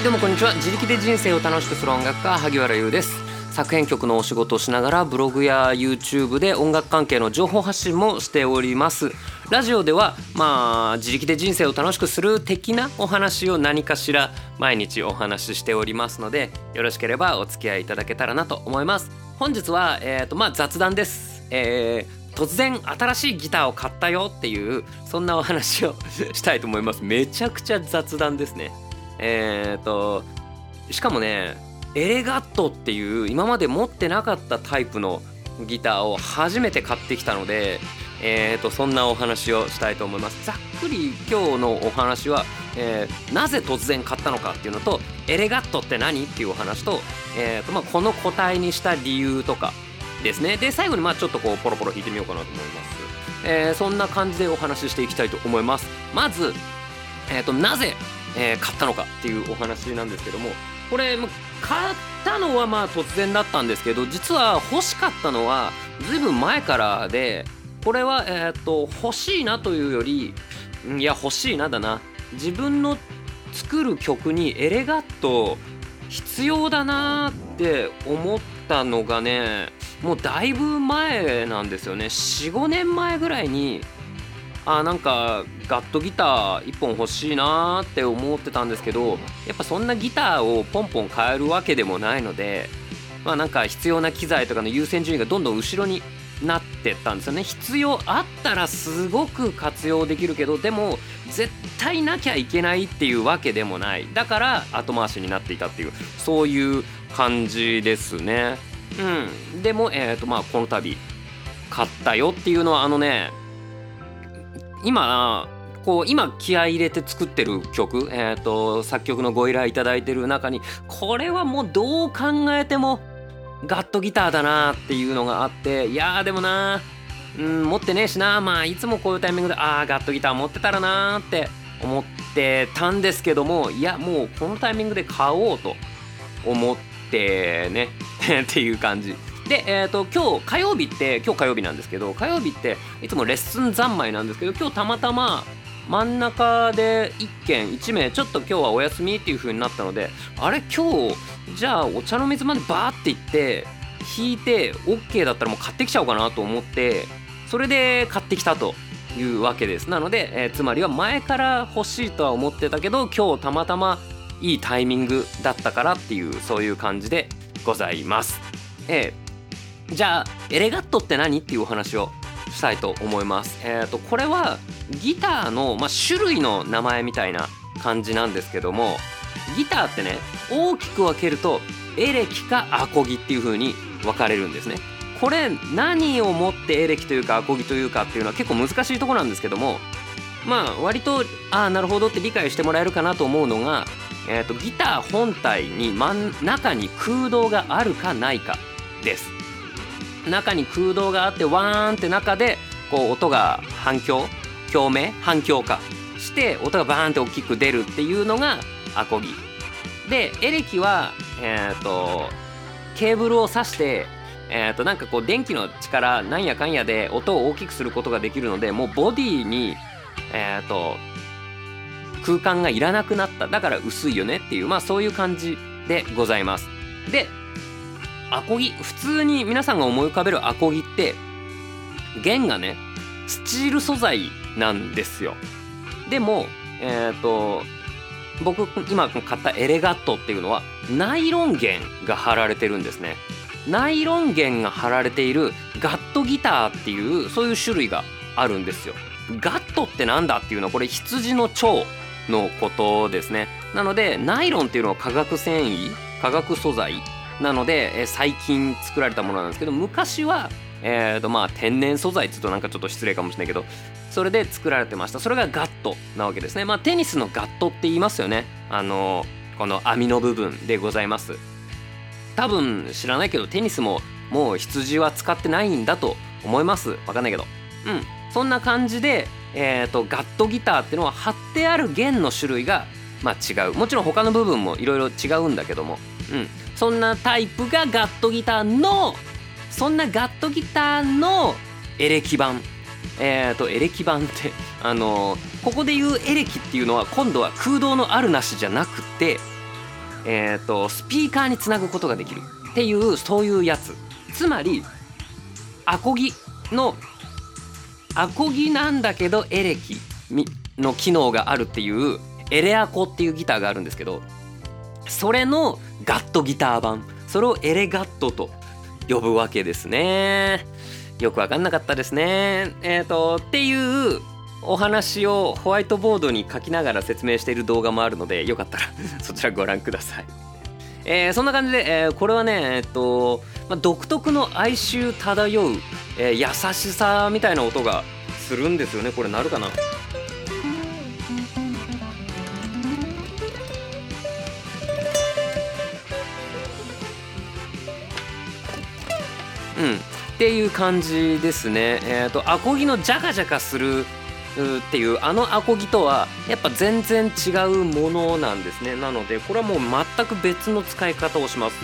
どうもこんにちは。自力で人生を楽しくする音楽家萩原優です。作編曲のお仕事をしながらブログや YouTube で音楽関係の情報発信もしております。ラジオでは自力で人生を楽しくする的なお話を何かしら毎日お話ししておりますので、よろしければお付き合いいただけたらなと思います。本日は、雑談です。突然新しいギターを買ったよっていうそんなお話をしたいと思います。めちゃくちゃ雑談ですね。しかもね、エレガットっていう今まで持ってなかったタイプのギターを初めて買ってきたので、そんなお話をしたいと思います。ざっくり今日のお話は、なぜ突然買ったのかっていうのと、エレガットって何っていうお話と、この個体にした理由とかですね。で最後にちょっとこうポロポロ弾いてみようかなと思います。そんな感じでお話ししていきたいと思います。まず、なぜ買ったのかっていうお話なんですけども、これ買ったのは突然だったんですけど、実は欲しかったのはずいぶん前からで、これは欲しいなというより、欲しいなだな、自分の作る曲にエレガット必要だなって思ったのがね、もうだいぶ前なんですよね。 4,5 年前ぐらいになんかガットギター1本欲しいなって思ってたんですけど、やっぱそんなギターをポンポン買えるわけでもないので、なんか必要な機材とかの優先順位がどんどん後ろになってったんですよね。必要あったらすごく活用できるけど、でも絶対なきゃいけないっていうわけでもない。だから後回しになっていたっていう、そういう感じですね。でもこの度買ったよっていうのは、今気合い入れて作ってる曲、作曲のご依頼いただいてる中に、これはもうどう考えてもガットギターだなっていうのがあって、いやでもな、持ってねえしな、いつもこういうタイミングでガットギター持ってたらなって思ってたんですけども、いやもうこのタイミングで買おうと思ってねっていう感じで、今日火曜日なんですけど、火曜日っていつもレッスン三昧なんですけど、今日たまたま真ん中で1名ちょっと今日はお休みっていう風になったので、今日じゃあお茶の水までバーって行って弾いて OK だったらもう買ってきちゃおうかなと思って、それで買ってきたというわけです。なので、つまりは前から欲しいとは思ってたけど、今日たまたまいいタイミングだったからっていう、そういう感じでございます。じゃあエレガットって何っていうお話をしたいと思います。これはギターの、種類の名前みたいな感じなんですけども、ギターってね、大きく分けるとエレキかアコギっていう風に分かれるんですね。これ何をもってエレキというかアコギというかっていうのは結構難しいところなんですけども、割となるほどって理解してもらえるかなと思うのが、ギター本体に中に空洞があるかないかです。中に空洞があって、ワーンって中でこう音が反響かして音がバーンって大きく出るっていうのがアコギで、エレキはケーブルを挿してなんかこう電気の力なんやかんやで音を大きくすることができるので、もうボディに空間がいらなくなった。だから薄いよねっていう、そういう感じでございます。でアコギ、普通に皆さんが思い浮かべるアコギって弦がねスチール素材なんですよ。でも僕今買ったエレガットっていうのはナイロン弦が貼られてるんですね。ナイロン弦が貼られているガットギターっていう、そういう種類があるんですよ。ガットってなんだっていうのは、これ羊の腸のことですね。なのでナイロンっていうのは化学素材なので、最近作られたものなんですけど、昔は天然素材って言うとなんかちょっと失礼かもしれないけど、それで作られてました。それがガットなわけですね。テニスのガットって言いますよね。この網の部分でございます。多分知らないけど、テニスももう羊は使ってないんだと思います。わかんないけど、そんな感じで、ガットギターっていうのは貼ってある弦の種類が違う。もちろん他の部分もいろいろ違うんだけども、そんなタイプがガットギターの、そんなガットギターのエレキ版。エレキ版ってここで言うエレキっていうのは今度は空洞のあるなしじゃなくて、 スピーカーにつなぐことができるっていうそういうやつ。つまりアコギなんだけどエレキの機能があるっていうエレアコっていうギターがあるんですけど、それのガットギター版、それをエレガットと呼ぶわけですね。よくわかんなかったですね。っていうお話をホワイトボードに書きながら説明している動画もあるので、よかったらそちらご覧ください。そんな感じで、これはね、独特の哀愁漂う、優しさみたいな音がするんですよね。これ鳴るかな。っていう感じですね。アコギのジャカジャカするっていうアコギとはやっぱ全然違うものなんですね。なのでこれはもう全く別の使い方をします。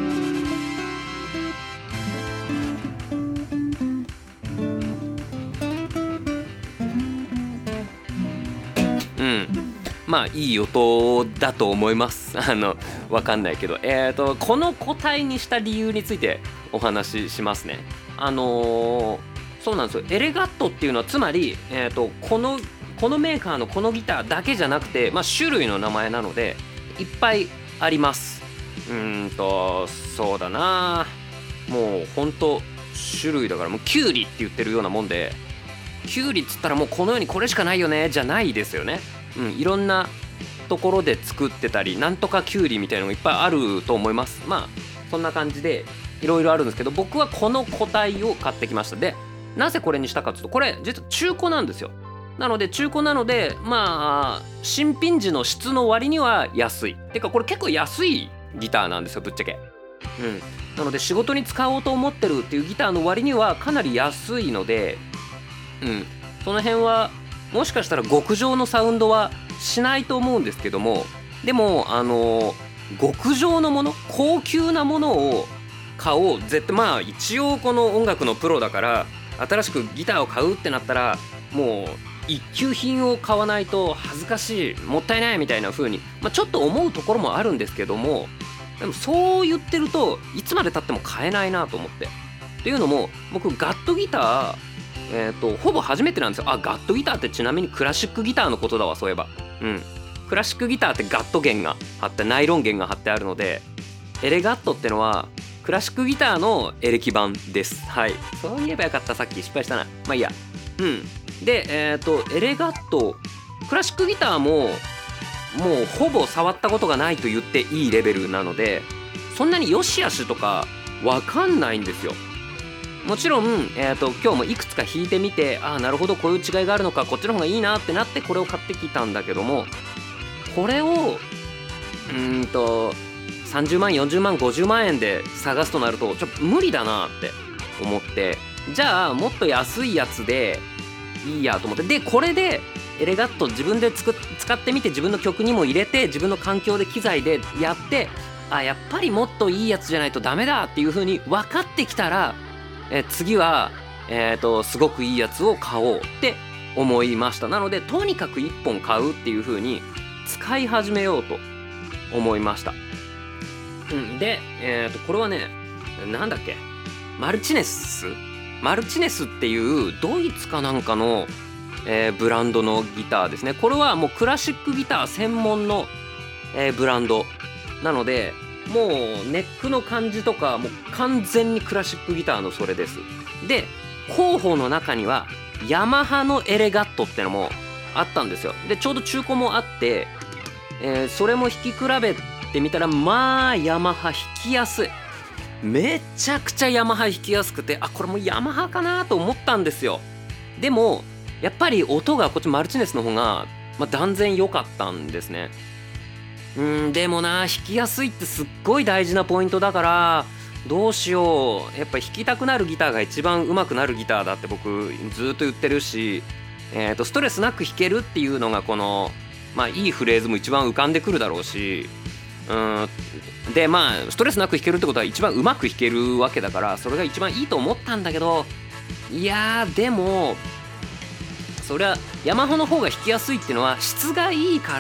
まあいい音だと思います。わかんないけど、この個体にした理由についてお話ししますね。そうなんですよ。エレガットっていうのはつまり、このメーカーのこのギターだけじゃなくて、種類の名前なのでいっぱいあります。そうだな、もうほんと種類だからもうキュウリって言ってるようなもんで、キュウリっつったらもうこの世にこれしかないよねじゃないですよね。いろんなところで作ってたり、なんとかキュウリみたいなのがいっぱいあると思います。そんな感じでいろいろあるんですけど、僕はこの個体を買ってきました。でなぜこれにしたかというと、これ実は中古なんですよ。なので中古なので新品時の質の割には安い。てかこれ結構安いギターなんですよ、ぶっちゃけ。なので仕事に使おうと思ってるっていうギターの割にはかなり安いので、その辺はもしかしたら極上のサウンドはしないと思うんですけども、でも極上のもの、高級なものを買おう絶対、一応この音楽のプロだから新しくギターを買うってなったらもう一級品を買わないと恥ずかしい、もったいないみたいな風に、ちょっと思うところもあるんですけども、でもそう言ってるといつまで経っても買えないなと思って。っていうのも僕ガットギターほぼ初めてなんですよ。ガットギターってちなみにクラシックギターのことだわ、そういえば。クラシックギターってガット弦が張ってナイロン弦が張ってあるので、エレガットってのはクラシックギターのエレキ版です。はい、そう言えばよかった、さっき失敗したな。いいや。でエレガット、クラシックギターももうほぼ触ったことがないと言っていいレベルなので、そんなに良し悪しとかわかんないんですよ。もちろん、今日もいくつか弾いてみて、なるほどこういう違いがあるのか、こっちの方がいいなってなってこれを買ってきたんだけども、これを30万40万50万円で探すとなるとちょっと無理だなって思って、じゃあもっと安いやつでいいやと思って、でこれでエレガット自分で使ってみて、自分の曲にも入れて自分の環境で機材でやって、やっぱりもっといいやつじゃないとダメだっていう風に分かってきたら、次は、すごくいいやつを買おうって思いました。なのでとにかく1本買うっていう風に使い始めようと思いました。で、これはね、なんだっけ、マルチネスっていうドイツかなんかの、ブランドのギターですね。これはもうクラシックギター専門の、ブランドなので、もうネックの感じとかもう完全にクラシックギターのそれです。で候補の中にはヤマハのエレガットってのもあったんですよ。でちょうど中古もあって、それも弾き比べてみたらヤマハ弾きやすい。めちゃくちゃヤマハ弾きやすくて、これもヤマハかなと思ったんですよ。でもやっぱり音がこっちマルチネスの方が、断然良かったんですね。でもな、弾きやすいってすっごい大事なポイントだから、どうしよう、やっぱ弾きたくなるギターが一番上手くなるギターだって僕ずっと言ってるし、ストレスなく弾けるっていうのがこのいいフレーズも一番浮かんでくるだろうし、でストレスなく弾けるってことは一番上手く弾けるわけだから、それが一番いいと思ったんだけど、いやでもそりゃヤマハの方が弾きやすいっていうのは質がいいから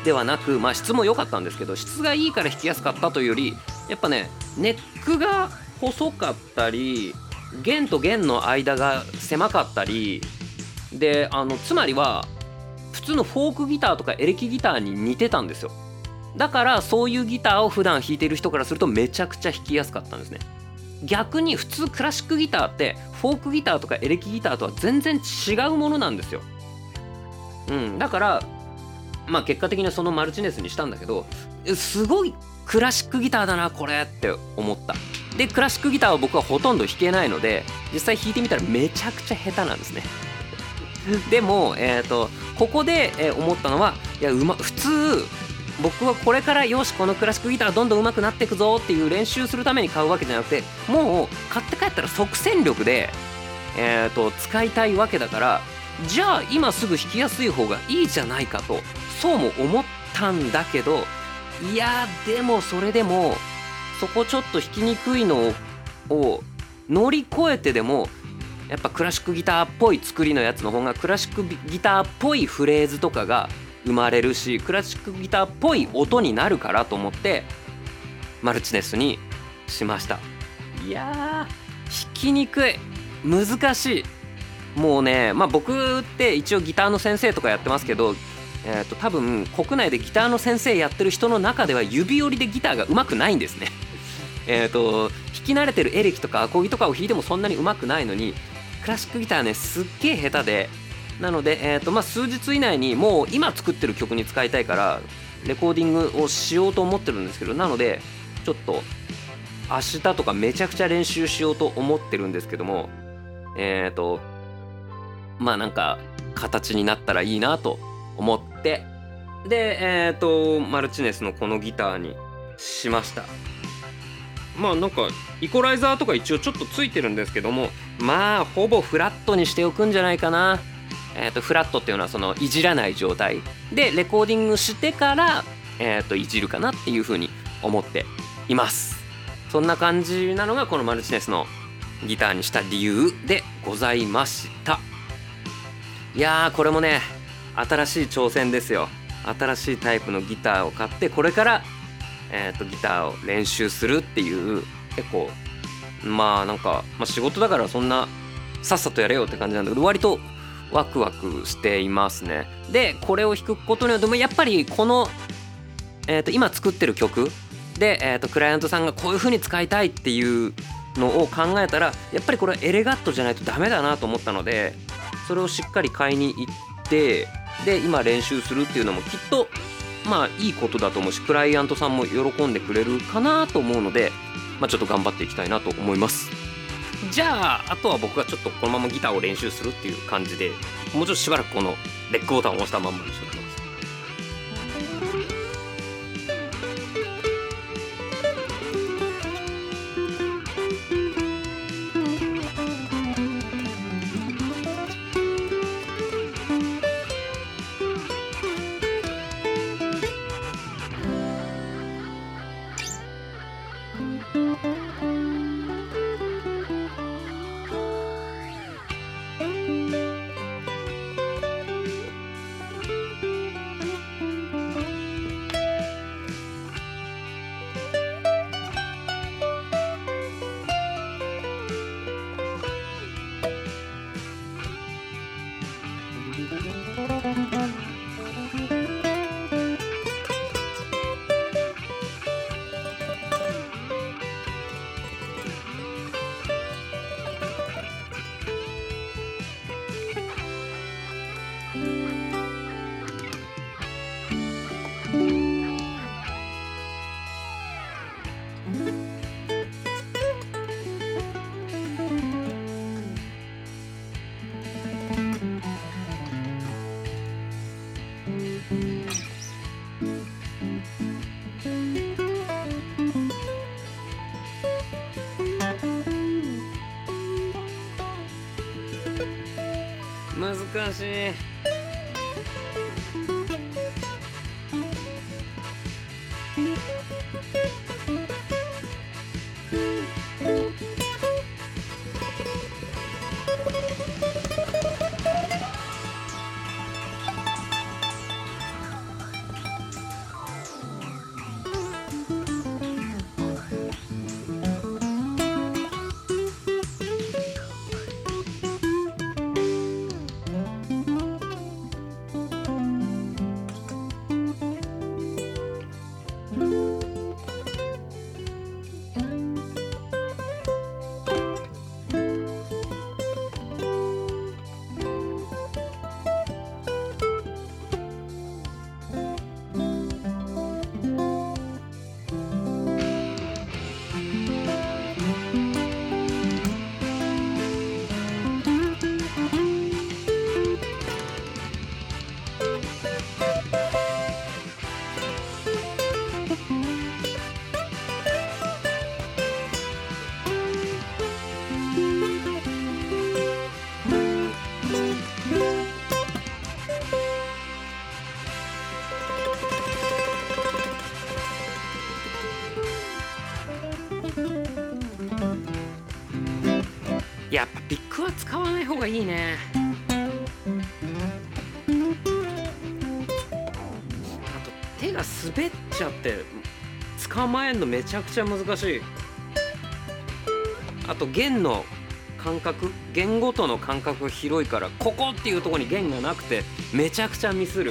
ではなく、質も良かったんですけど、質がいいから弾きやすかったというより、やっぱねネックが細かったり、弦と弦の間が狭かったりで、つまりは普通のフォークギターとかエレキギターに似てたんですよ。だからそういうギターを普段弾いている人からするとめちゃくちゃ弾きやすかったんですね。逆に普通クラシックギターってフォークギターとかエレキギターとは全然違うものなんですよ。だから結果的にそのマルチネスにしたんだけど、すごいクラシックギターだなこれって思った。でクラシックギターは僕はほとんど弾けないので、実際弾いてみたらめちゃくちゃ下手なんですね。でもここで思ったのは、普通僕はこれからよしこのクラシックギターどんどん上手くなっていくぞっていう練習するために買うわけじゃなくて、もう買って帰ったら即戦力で使いたいわけだから、じゃあ今すぐ弾きやすい方がいいじゃないかと、そうも思ったんだけど、でもそれでもそこちょっと弾きにくいのを乗り越えてでも、やっぱクラシックギターっぽい作りのやつの方がクラシックギターっぽいフレーズとかが生まれるし、クラシックギターっぽい音になるからと思ってマルチネスにしました。弾きにくい、難しい。もうね僕って一応ギターの先生とかやってますけど、多分国内でギターの先生やってる人の中では指折りでギターが上手くないんですね。弾き慣れてるエレキとかアコギとかを弾いてもそんなに上手くないのに、クラシックギターねすっげえ下手で、なので、数日以内にもう今作ってる曲に使いたいからレコーディングをしようと思ってるんですけど、なのでちょっと明日とかめちゃくちゃ練習しようと思ってるんですけども、なんか形になったらいいなと思って、でマルチネスのこのギターにしました。なんかイコライザーとか一応ちょっとついてるんですけども、ほぼフラットにしておくんじゃないかな。フラットっていうのはそのいじらない状態でレコーディングしてからいじるかなっていう風に思っています。そんな感じなのがこのマルチネスのギターにした理由でございました。これもね新しい挑戦ですよ。新しいタイプのギターを買ってこれからギターを練習するっていう、結構仕事だからそんなさっさとやれよって感じなんだけど、割とワクワクしていますね。でこれを弾くことによってやっぱりこの、今作ってる曲で、クライアントさんがこういう風に使いたいっていうのを考えたら、やっぱりこれはエレガットじゃないとダメだなと思ったので、それをしっかり買いに行って、で今練習するっていうのもきっといいことだと思うし、クライアントさんも喜んでくれるかなと思うので、ちょっと頑張っていきたいなと思います。じゃああとは僕がちょっとこのままギターを練習するっていう感じで、もうちょっとしばらくこのレックボタンを押したまんまにしておきます。難しい。 やっぱピックは使わない方がいいね。あと手が滑っちゃって捕まえんのめちゃくちゃ難しい。あと弦の感覚、弦ごとの感覚が広いから、ここっていうところに弦がなくてめちゃくちゃミスる。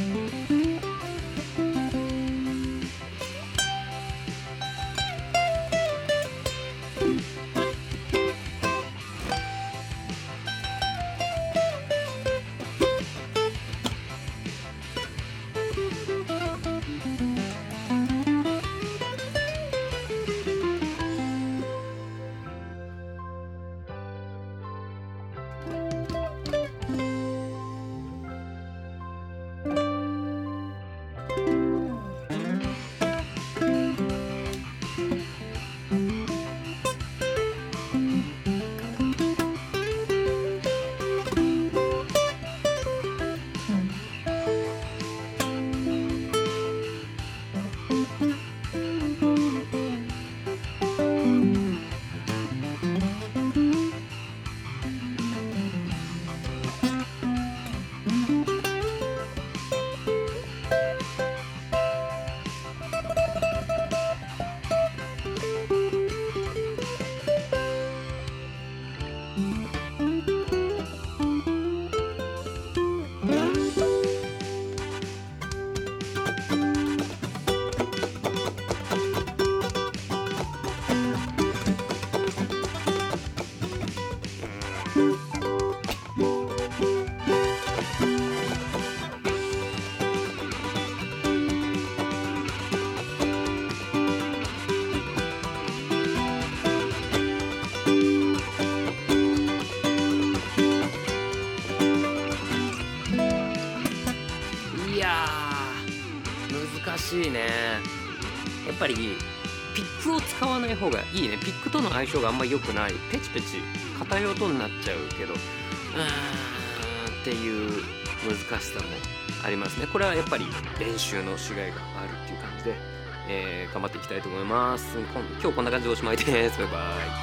いやー難しいね。やっぱりピックを使わない方がいいね。ピックとの相性があんま良くない。ペチペチ硬い音になっちゃうけどっていう難しさもありますね。これはやっぱり練習のしがいがあるっていう感じで、頑張っていきたいと思います。今日こんな感じでおしまいです。バイバイ。